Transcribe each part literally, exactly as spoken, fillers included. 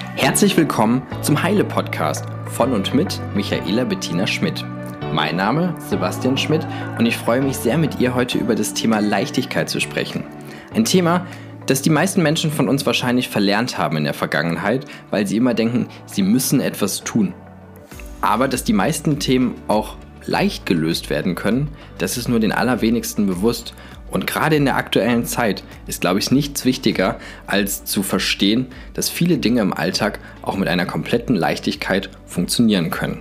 Herzlich willkommen zum Heile-Podcast von und mit Michaela Bettina Schmidt. Mein Name ist Sebastian Schmidt und ich freue mich sehr, mit ihr heute über das Thema Leichtigkeit zu sprechen. Ein Thema, das die meisten Menschen von uns wahrscheinlich verlernt haben in der Vergangenheit, weil sie immer denken, sie müssen etwas tun. Aber dass die meisten Themen auch leicht gelöst werden können, das ist nur den allerwenigsten bewusst. Und gerade in der aktuellen Zeit ist, glaube ich, nichts wichtiger, als zu verstehen, dass viele Dinge im Alltag auch mit einer kompletten Leichtigkeit funktionieren können.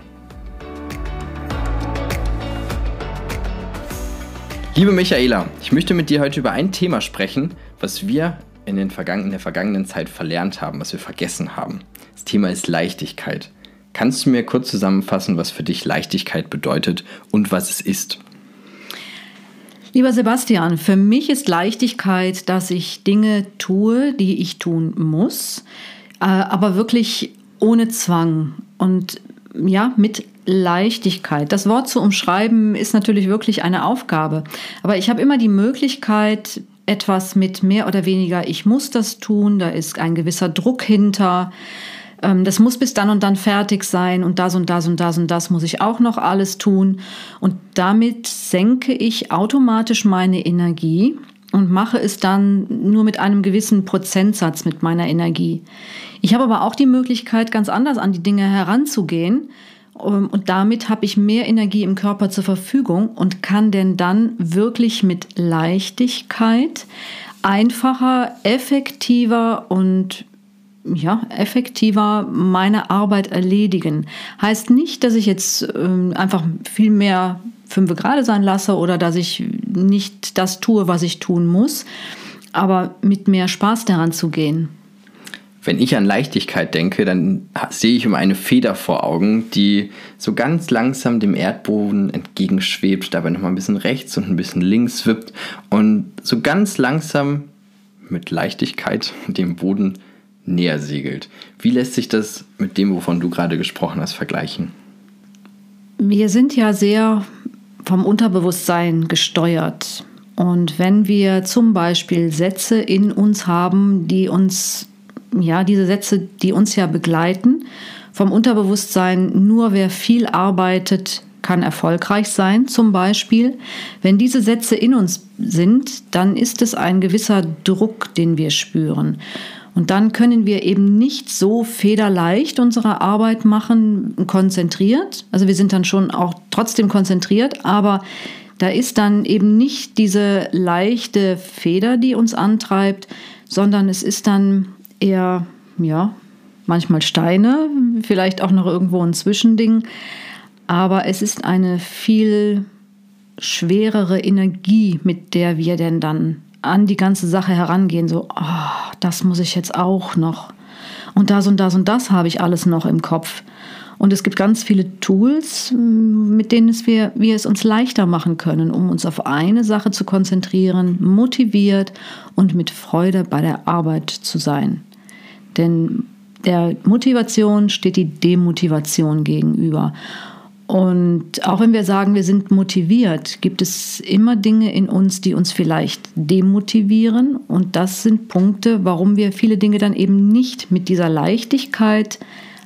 Liebe Michaela, ich möchte mit dir heute über ein Thema sprechen, was wir in, den Vergangen- in der vergangenen Zeit verlernt haben, was wir vergessen haben. Das Thema ist Leichtigkeit. Kannst du mir kurz zusammenfassen, was für dich Leichtigkeit bedeutet und was es ist? Lieber Sebastian, für mich ist Leichtigkeit, dass ich Dinge tue, die ich tun muss, aber wirklich ohne Zwang und ja, mit Leichtigkeit. Das Wort zu umschreiben ist natürlich wirklich eine Aufgabe, aber ich habe immer die Möglichkeit, etwas mit mehr oder weniger, ich muss das tun, da ist ein gewisser Druck hinter. Das muss bis dann und dann fertig sein und das und das und das und das muss ich auch noch alles tun. Und damit senke ich automatisch meine Energie und mache es dann nur mit einem gewissen Prozentsatz mit meiner Energie. Ich habe aber auch die Möglichkeit, ganz anders an die Dinge heranzugehen. Und damit habe ich mehr Energie im Körper zur Verfügung und kann denn dann wirklich mit Leichtigkeit einfacher, effektiver und ja, effektiver meine Arbeit erledigen. Heißt nicht, dass ich jetzt ähm, einfach viel mehr fünfe gerade sein lasse oder dass ich nicht das tue, was ich tun muss, aber mit mehr Spaß daran zu gehen. Wenn ich an Leichtigkeit denke, dann sehe ich immer eine Feder vor Augen, die so ganz langsam dem Erdboden entgegenschwebt, dabei nochmal ein bisschen rechts und ein bisschen links wippt und so ganz langsam mit Leichtigkeit dem Boden näher segelt. Wie lässt sich das mit dem, wovon du gerade gesprochen hast, vergleichen? Wir sind ja sehr vom Unterbewusstsein gesteuert. Und wenn wir zum Beispiel Sätze in uns haben, die uns, ja, diese Sätze, die uns ja begleiten, vom Unterbewusstsein, nur wer viel arbeitet, kann erfolgreich sein, zum Beispiel. Wenn diese Sätze in uns sind, dann ist es ein gewisser Druck, den wir spüren. Und dann können wir eben nicht so federleicht unsere Arbeit machen, konzentriert. Also wir sind dann schon auch trotzdem konzentriert, aber da ist dann eben nicht diese leichte Feder, die uns antreibt, sondern es ist dann eher, ja, manchmal Steine, vielleicht auch noch irgendwo ein Zwischending. Aber es ist eine viel schwerere Energie, mit der wir denn dann an die ganze Sache herangehen, so, oh, das muss ich jetzt auch noch. Und das und das und das habe ich alles noch im Kopf. Und es gibt ganz viele Tools, mit denen es wir, wir es uns leichter machen können, um uns auf eine Sache zu konzentrieren, motiviert und mit Freude bei der Arbeit zu sein. Denn der Motivation steht die Demotivation gegenüber. Und auch wenn wir sagen, wir sind motiviert, gibt es immer Dinge in uns, die uns vielleicht demotivieren. Und das sind Punkte, warum wir viele Dinge dann eben nicht mit dieser Leichtigkeit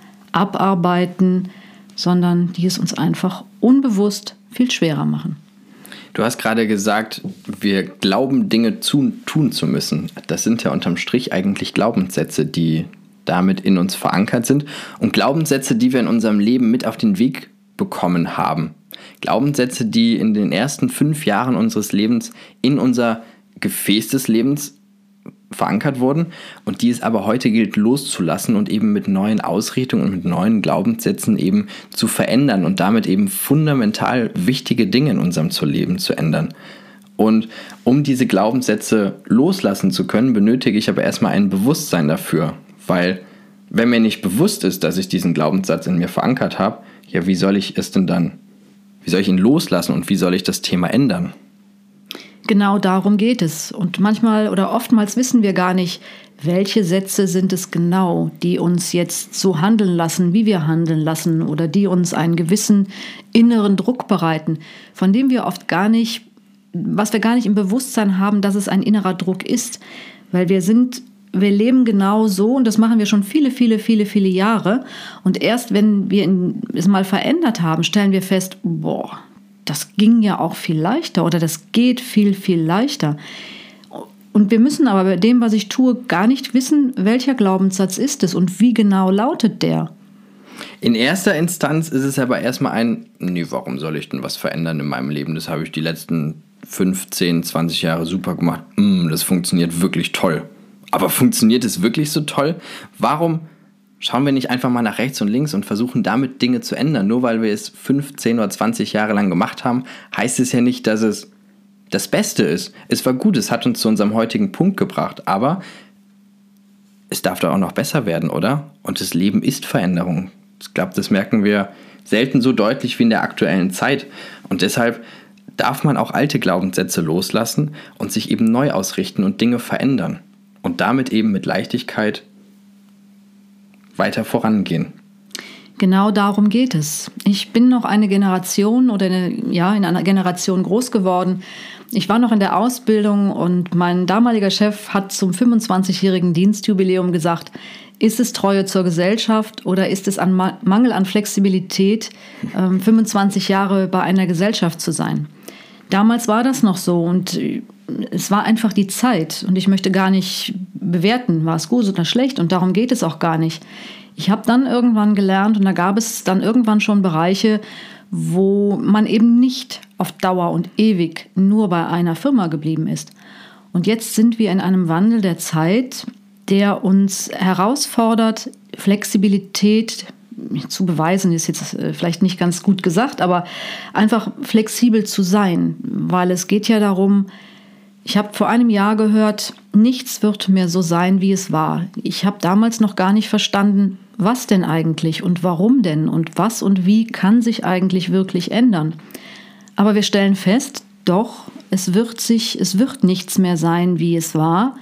abarbeiten, sondern die es uns einfach unbewusst viel schwerer machen. Du hast gerade gesagt, wir glauben, Dinge zu, tun zu müssen. Das sind ja unterm Strich eigentlich Glaubenssätze, die damit in uns verankert sind. Und Glaubenssätze, die wir in unserem Leben mit auf den Weg bekommen haben. Glaubenssätze, die in den ersten fünf Jahren unseres Lebens in unser Gefäß des Lebens verankert wurden und die es aber heute gilt loszulassen und eben mit neuen Ausrichtungen und mit neuen Glaubenssätzen eben zu verändern und damit eben fundamental wichtige Dinge in unserem Leben zu ändern. Und um diese Glaubenssätze loslassen zu können, benötige ich aber erstmal ein Bewusstsein dafür, weil wenn mir nicht bewusst ist, dass ich diesen Glaubenssatz in mir verankert habe, ja, wie soll ich es denn dann, wie soll ich ihn loslassen und wie soll ich das Thema ändern? Genau darum geht es. Und manchmal oder oftmals wissen wir gar nicht, welche Sätze sind es genau, die uns jetzt so handeln lassen, wie wir handeln lassen oder die uns einen gewissen inneren Druck bereiten, von dem wir oft gar nicht, was wir gar nicht im Bewusstsein haben, dass es ein innerer Druck ist. Weil wir sind wir leben genau so und das machen wir schon viele, viele, viele, viele Jahre. Und erst wenn wir es mal verändert haben, stellen wir fest, boah, das ging ja auch viel leichter oder das geht viel, viel leichter. Und wir müssen aber bei dem, was ich tue, gar nicht wissen, welcher Glaubenssatz ist es und wie genau lautet der. In erster Instanz ist es aber erstmal ein, nee, warum soll ich denn was verändern in meinem Leben? Das habe ich die letzten fünfzehn, zwanzig Jahre super gemacht. Mm, das funktioniert wirklich toll. Aber funktioniert es wirklich so toll? Warum schauen wir nicht einfach mal nach rechts und links und versuchen damit Dinge zu ändern? Nur weil wir es fünfzehn oder zwanzig Jahre lang gemacht haben, heißt es ja nicht, dass es das Beste ist. Es war gut, es hat uns zu unserem heutigen Punkt gebracht, aber es darf doch auch noch besser werden, oder? Und das Leben ist Veränderung. Ich glaube, das merken wir selten so deutlich wie in der aktuellen Zeit. Und deshalb darf man auch alte Glaubenssätze loslassen und sich eben neu ausrichten und Dinge verändern. Und damit eben mit Leichtigkeit weiter vorangehen. Genau darum geht es. Ich bin noch eine Generation oder eine, ja, in einer Generation groß geworden. Ich war noch in der Ausbildung und mein damaliger Chef hat zum fünfundzwanzigjährigen Dienstjubiläum gesagt, ist es Treue zur Gesellschaft oder ist es an Ma- Mangel an Flexibilität, ähm, fünfundzwanzig Jahre bei einer Gesellschaft zu sein? Damals war das noch so und es war einfach die Zeit und ich möchte gar nicht bewerten, war es gut oder schlecht und darum geht es auch gar nicht. Ich habe dann irgendwann gelernt und da gab es dann irgendwann schon Bereiche, wo man eben nicht auf Dauer und ewig nur bei einer Firma geblieben ist. Und jetzt sind wir in einem Wandel der Zeit, der uns herausfordert, Flexibilität zu beweisen, ist jetzt vielleicht nicht ganz gut gesagt, aber einfach flexibel zu sein, weil es geht ja darum, ich habe vor einem Jahr gehört, nichts wird mehr so sein, wie es war. Ich habe damals noch gar nicht verstanden, was denn eigentlich und warum denn und was und wie kann sich eigentlich wirklich ändern. Aber wir stellen fest, doch, es wird sich, es wird nichts mehr sein, wie es war.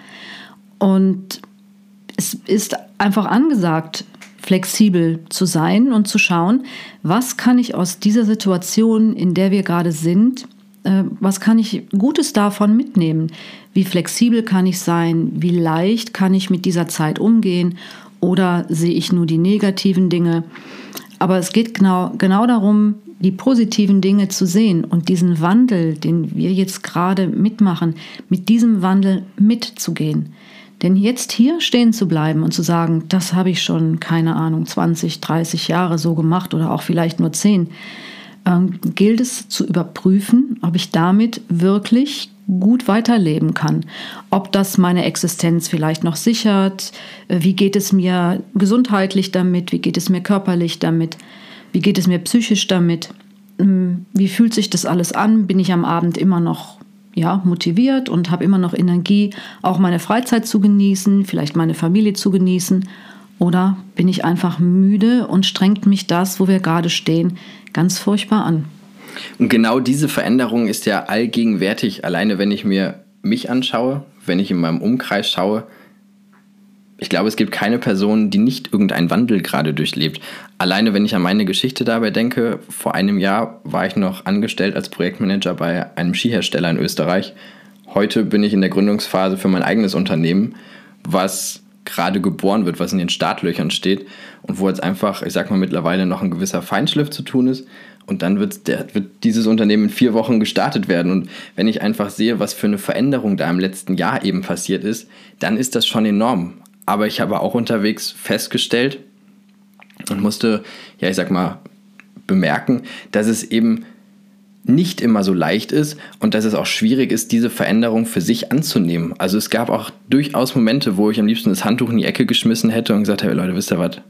Und es ist einfach angesagt, flexibel zu sein und zu schauen, was kann ich aus dieser Situation, in der wir gerade sind, äh, was kann ich Gutes davon mitnehmen? Wie flexibel kann ich sein? Wie leicht kann ich mit dieser Zeit umgehen? Oder sehe ich nur die negativen Dinge? Aber es geht genau, genau darum, die positiven Dinge zu sehen und diesen Wandel, den wir jetzt gerade mitmachen, mit diesem Wandel mitzugehen. Denn jetzt hier stehen zu bleiben und zu sagen, das habe ich schon, keine Ahnung, zwanzig, dreißig Jahre so gemacht oder auch vielleicht nur zehn, ähm, gilt es zu überprüfen, ob ich damit wirklich gut weiterleben kann. Ob das meine Existenz vielleicht noch sichert, wie geht es mir gesundheitlich damit, wie geht es mir körperlich damit, wie geht es mir psychisch damit, wie fühlt sich das alles an, bin ich am Abend immer noch ja, motiviert und habe immer noch Energie, auch meine Freizeit zu genießen, vielleicht meine Familie zu genießen, oder bin ich einfach müde und strengt mich das, wo wir gerade stehen, ganz furchtbar an. Und genau diese Veränderung ist ja allgegenwärtig. Alleine wenn ich mir mich anschaue, wenn ich in meinem Umkreis schaue, ich glaube, es gibt keine Person, die nicht irgendeinen Wandel gerade durchlebt. Alleine wenn ich an meine Geschichte dabei denke, vor einem Jahr war ich noch angestellt als Projektmanager bei einem Skihersteller in Österreich. Heute bin ich in der Gründungsphase für mein eigenes Unternehmen, was gerade geboren wird, was in den Startlöchern steht und wo jetzt einfach, ich sag mal, mittlerweile noch ein gewisser Feinschliff zu tun ist. Und dann wird, der, wird dieses Unternehmen in vier Wochen gestartet werden. Und wenn ich einfach sehe, was für eine Veränderung da im letzten Jahr eben passiert ist, dann ist das schon enorm. Aber ich habe auch unterwegs festgestellt und musste, ja, ich sag mal, bemerken, dass es eben nicht immer so leicht ist und dass es auch schwierig ist, diese Veränderung für sich anzunehmen. Also es gab auch durchaus Momente, wo ich am liebsten das Handtuch in die Ecke geschmissen hätte und gesagt habe, Leute, wisst ihr was?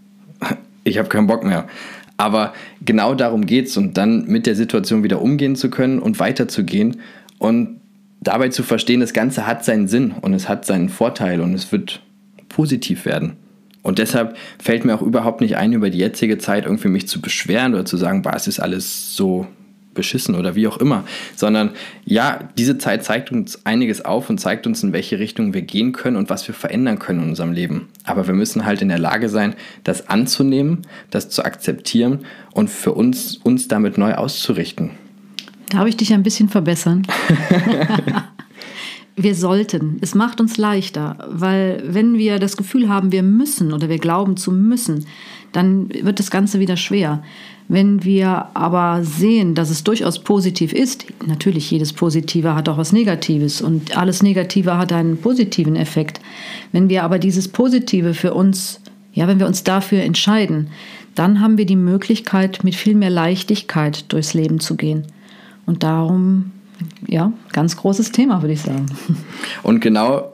Ich habe keinen Bock mehr. Aber genau darum geht's und dann mit der Situation wieder umgehen zu können und weiterzugehen und dabei zu verstehen, das Ganze hat seinen Sinn und es hat seinen Vorteil und es wird positiv werden. Und deshalb fällt mir auch überhaupt nicht ein, über die jetzige Zeit irgendwie mich zu beschweren oder zu sagen, bah, es ist alles so beschissen oder wie auch immer, sondern ja, diese Zeit zeigt uns einiges auf und zeigt uns, in welche Richtung wir gehen können und was wir verändern können in unserem Leben. Aber wir müssen halt in der Lage sein, das anzunehmen, das zu akzeptieren und für uns, uns damit neu auszurichten. Darf ich dich ein bisschen verbessern? wir sollten. Es macht uns leichter, weil wenn wir das Gefühl haben, wir müssen oder wir glauben zu müssen, dann wird das Ganze wieder schwer. Wenn wir aber sehen, dass es durchaus positiv ist, natürlich jedes Positive hat auch was Negatives und alles Negative hat einen positiven Effekt. Wenn wir aber dieses Positive für uns, ja, wenn wir uns dafür entscheiden, dann haben wir die Möglichkeit, mit viel mehr Leichtigkeit durchs Leben zu gehen. Und darum, ja, ganz großes Thema, würde ich sagen. Und genau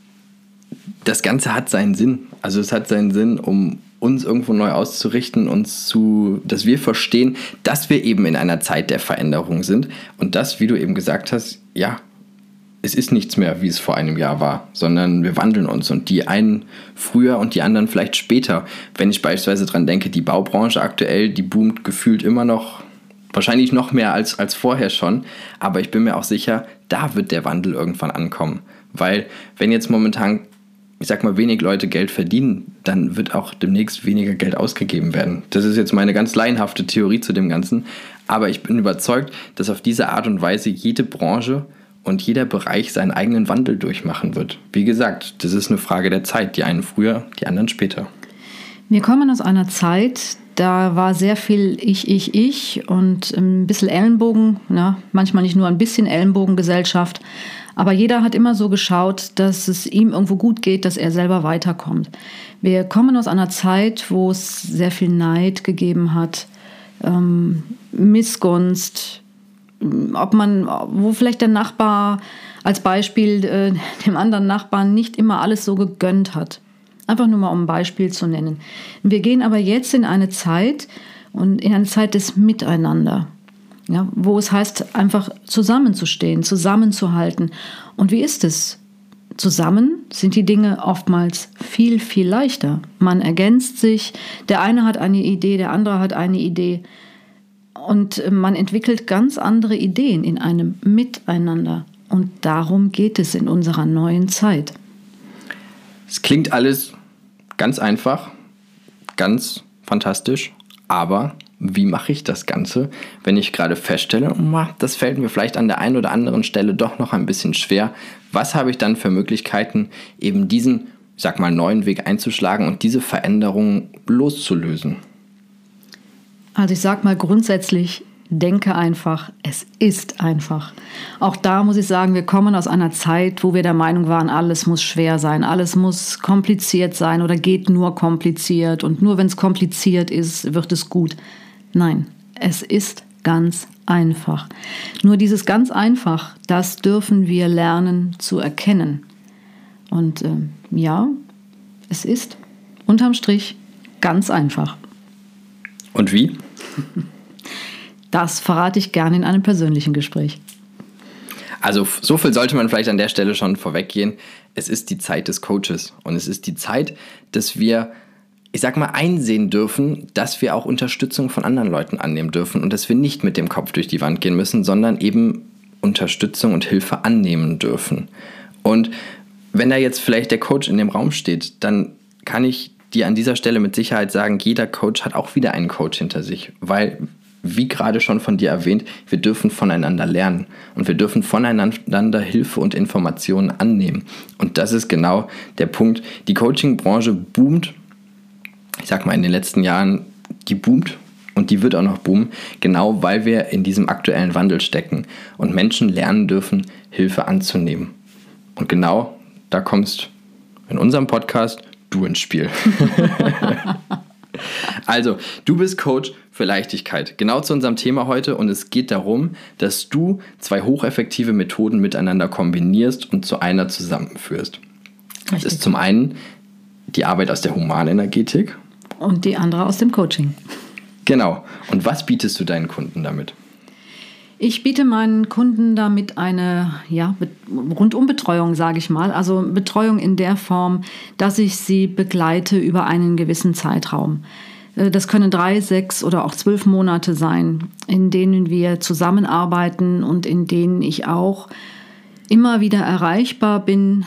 das Ganze hat seinen Sinn. Also es hat seinen Sinn, um uns irgendwo neu auszurichten, uns zu, dass wir verstehen, dass wir eben in einer Zeit der Veränderung sind und dass, wie du eben gesagt hast, ja, es ist nichts mehr, wie es vor einem Jahr war, sondern wir wandeln uns und die einen früher und die anderen vielleicht später. Wenn ich beispielsweise dran denke, die Baubranche aktuell, die boomt gefühlt immer noch, wahrscheinlich noch mehr als, als vorher schon, aber ich bin mir auch sicher, da wird der Wandel irgendwann ankommen, weil wenn jetzt momentan, ich sag mal, wenig Leute Geld verdienen, dann wird auch demnächst weniger Geld ausgegeben werden. Das ist jetzt meine ganz laienhafte Theorie zu dem Ganzen, aber ich bin überzeugt, dass auf diese Art und Weise jede Branche und jeder Bereich seinen eigenen Wandel durchmachen wird. Wie gesagt, das ist eine Frage der Zeit, die einen früher, die anderen später. Wir kommen aus einer Zeit, da war sehr viel Ich, Ich, Ich und ein bisschen Ellenbogen, ja, manchmal nicht nur ein bisschen Ellenbogengesellschaft, aber jeder hat immer so geschaut, dass es ihm irgendwo gut geht, dass er selber weiterkommt. Wir kommen aus einer Zeit, wo es sehr viel Neid gegeben hat, ähm, Missgunst, ob man, wo vielleicht der Nachbar als Beispiel äh, dem anderen Nachbarn nicht immer alles so gegönnt hat. Einfach nur mal um ein Beispiel zu nennen. Wir gehen aber jetzt in eine Zeit und in eine Zeit des Miteinander. Ja, wo es heißt, einfach zusammenzustehen, zusammenzuhalten. Und wie ist es? Zusammen sind die Dinge oftmals viel, viel leichter. Man ergänzt sich, der eine hat eine Idee, der andere hat eine Idee. Und man entwickelt ganz andere Ideen in einem Miteinander. Und darum geht es in unserer neuen Zeit. Es klingt alles ganz einfach, ganz fantastisch, aber wie mache ich das Ganze, wenn ich gerade feststelle, das fällt mir vielleicht an der einen oder anderen Stelle doch noch ein bisschen schwer. Was habe ich dann für Möglichkeiten, eben diesen, ich sag mal, neuen Weg einzuschlagen und diese Veränderung loszulösen? Also ich sag mal grundsätzlich, denke einfach, es ist einfach. Auch da muss ich sagen, wir kommen aus einer Zeit, wo wir der Meinung waren, alles muss schwer sein, alles muss kompliziert sein oder geht nur kompliziert und nur wenn es kompliziert ist, wird es gut. Nein, es ist ganz einfach. Nur dieses ganz einfach, das dürfen wir lernen zu erkennen. Und äh, ja, es ist unterm Strich ganz einfach. Und wie? Das verrate ich gerne in einem persönlichen Gespräch. Also so viel sollte man vielleicht an der Stelle schon vorweggehen. Es ist die Zeit des Coaches und es ist die Zeit, dass wir, ich sag mal, einsehen dürfen, dass wir auch Unterstützung von anderen Leuten annehmen dürfen und dass wir nicht mit dem Kopf durch die Wand gehen müssen, sondern eben Unterstützung und Hilfe annehmen dürfen. Und wenn da jetzt vielleicht der Coach in dem Raum steht, dann kann ich dir an dieser Stelle mit Sicherheit sagen, jeder Coach hat auch wieder einen Coach hinter sich, weil, wie gerade schon von dir erwähnt, wir dürfen voneinander lernen und wir dürfen voneinander Hilfe und Informationen annehmen. Und das ist genau der Punkt. Die Coaching-Branche boomt, ich sag mal in den letzten Jahren, die boomt und die wird auch noch boomen, genau weil wir in diesem aktuellen Wandel stecken und Menschen lernen dürfen, Hilfe anzunehmen. Und genau da kommst in unserem Podcast du ins Spiel. Also, du bist Coach für Leichtigkeit. Genau zu unserem Thema heute und es geht darum, dass du zwei hocheffektive Methoden miteinander kombinierst und zu einer zusammenführst. Das ist zum einen die Arbeit aus der Humanenergetik. Und die andere aus dem Coaching. Genau. Und was bietest du deinen Kunden damit? Ich biete meinen Kunden damit eine ja, Rundumbetreuung, sage ich mal. Also Betreuung in der Form, dass ich sie begleite über einen gewissen Zeitraum. Das können drei, sechs oder auch zwölf Monate sein, in denen wir zusammenarbeiten und in denen ich auch immer wieder erreichbar bin,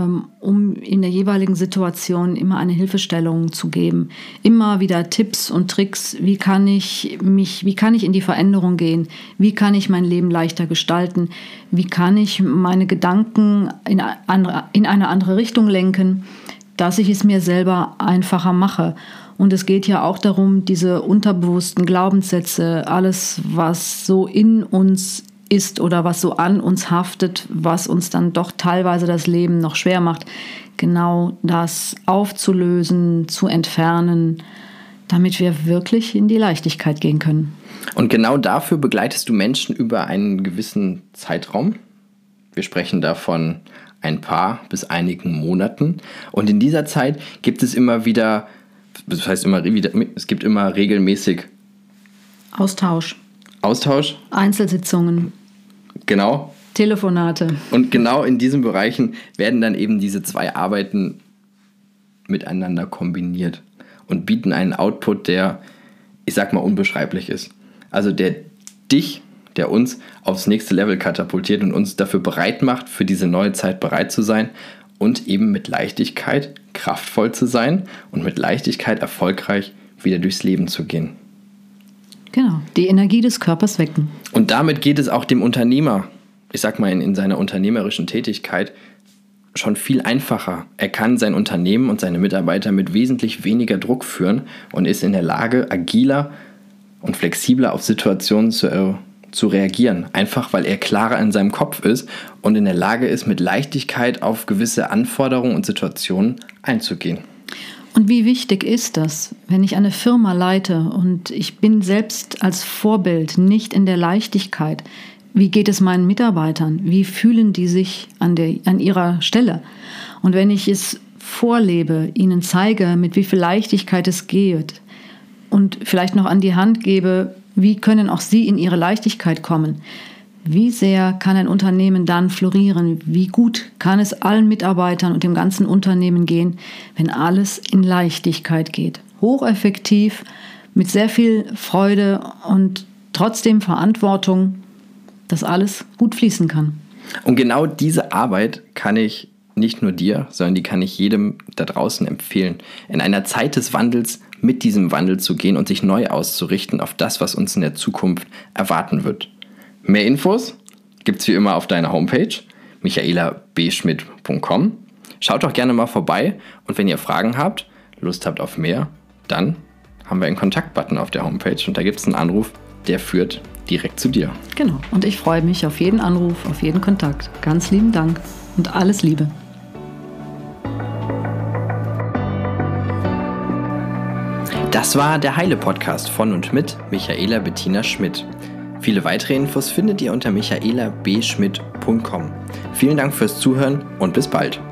um in der jeweiligen Situation immer eine Hilfestellung zu geben. Immer wieder Tipps und Tricks, wie kann ich mich, wie kann ich in die Veränderung gehen, wie kann ich mein Leben leichter gestalten, wie kann ich meine Gedanken in eine andere Richtung lenken, dass ich es mir selber einfacher mache. Und es geht ja auch darum, diese unterbewussten Glaubenssätze, alles, was so in uns ist oder was so an uns haftet, was uns dann doch teilweise das Leben noch schwer macht, genau das aufzulösen, zu entfernen, damit wir wirklich in die Leichtigkeit gehen können. Und genau dafür begleitest du Menschen über einen gewissen Zeitraum. Wir sprechen davon ein paar bis einigen Monaten. Und in dieser Zeit gibt es immer wieder, das heißt immer wieder, es gibt immer regelmäßig Austausch. Austausch. Einzelsitzungen. Genau. Telefonate. Und genau in diesen Bereichen werden dann eben diese zwei Arbeiten miteinander kombiniert und bieten einen Output, der, ich sag mal, unbeschreiblich ist. Also der dich, der uns aufs nächste Level katapultiert und uns dafür bereit macht, für diese neue Zeit bereit zu sein und eben mit Leichtigkeit kraftvoll zu sein und mit Leichtigkeit erfolgreich wieder durchs Leben zu gehen. Genau, die Energie des Körpers wecken. Und damit geht es auch dem Unternehmer, ich sag mal in, in seiner unternehmerischen Tätigkeit, schon viel einfacher. Er kann sein Unternehmen und seine Mitarbeiter mit wesentlich weniger Druck führen und ist in der Lage, agiler und flexibler auf Situationen zu, äh, zu reagieren. Einfach weil er klarer in seinem Kopf ist und in der Lage ist, mit Leichtigkeit auf gewisse Anforderungen und Situationen einzugehen. Und wie wichtig ist das, wenn ich eine Firma leite und ich bin selbst als Vorbild nicht in der Leichtigkeit? Wie geht es meinen Mitarbeitern? Wie fühlen die sich an, der, an ihrer Stelle? Und wenn ich es vorlebe, ihnen zeige, mit wie viel Leichtigkeit es geht und vielleicht noch an die Hand gebe, wie können auch sie in ihre Leichtigkeit kommen? Wie sehr kann ein Unternehmen dann florieren? Wie gut kann es allen Mitarbeitern und dem ganzen Unternehmen gehen, wenn alles in Leichtigkeit geht? Hocheffektiv, mit sehr viel Freude und trotzdem Verantwortung, dass alles gut fließen kann. Und genau diese Arbeit kann ich nicht nur dir, sondern die kann ich jedem da draußen empfehlen. In einer Zeit des Wandels mit diesem Wandel zu gehen und sich neu auszurichten auf das, was uns in der Zukunft erwarten wird. Mehr Infos gibt es wie immer auf deiner Homepage michaela b schmidt punkt com. Schaut doch gerne mal vorbei und wenn ihr Fragen habt, Lust habt auf mehr, dann haben wir einen Kontaktbutton auf der Homepage und da gibt es einen Anruf, der führt direkt zu dir. Genau, und ich freue mich auf jeden Anruf, auf jeden Kontakt. Ganz lieben Dank und alles Liebe. Das war der Heile-Podcast von und mit Michaela Bettina Schmidt. Viele weitere Infos findet ihr unter michaela b schmidt punkt com. Vielen Dank fürs Zuhören und bis bald.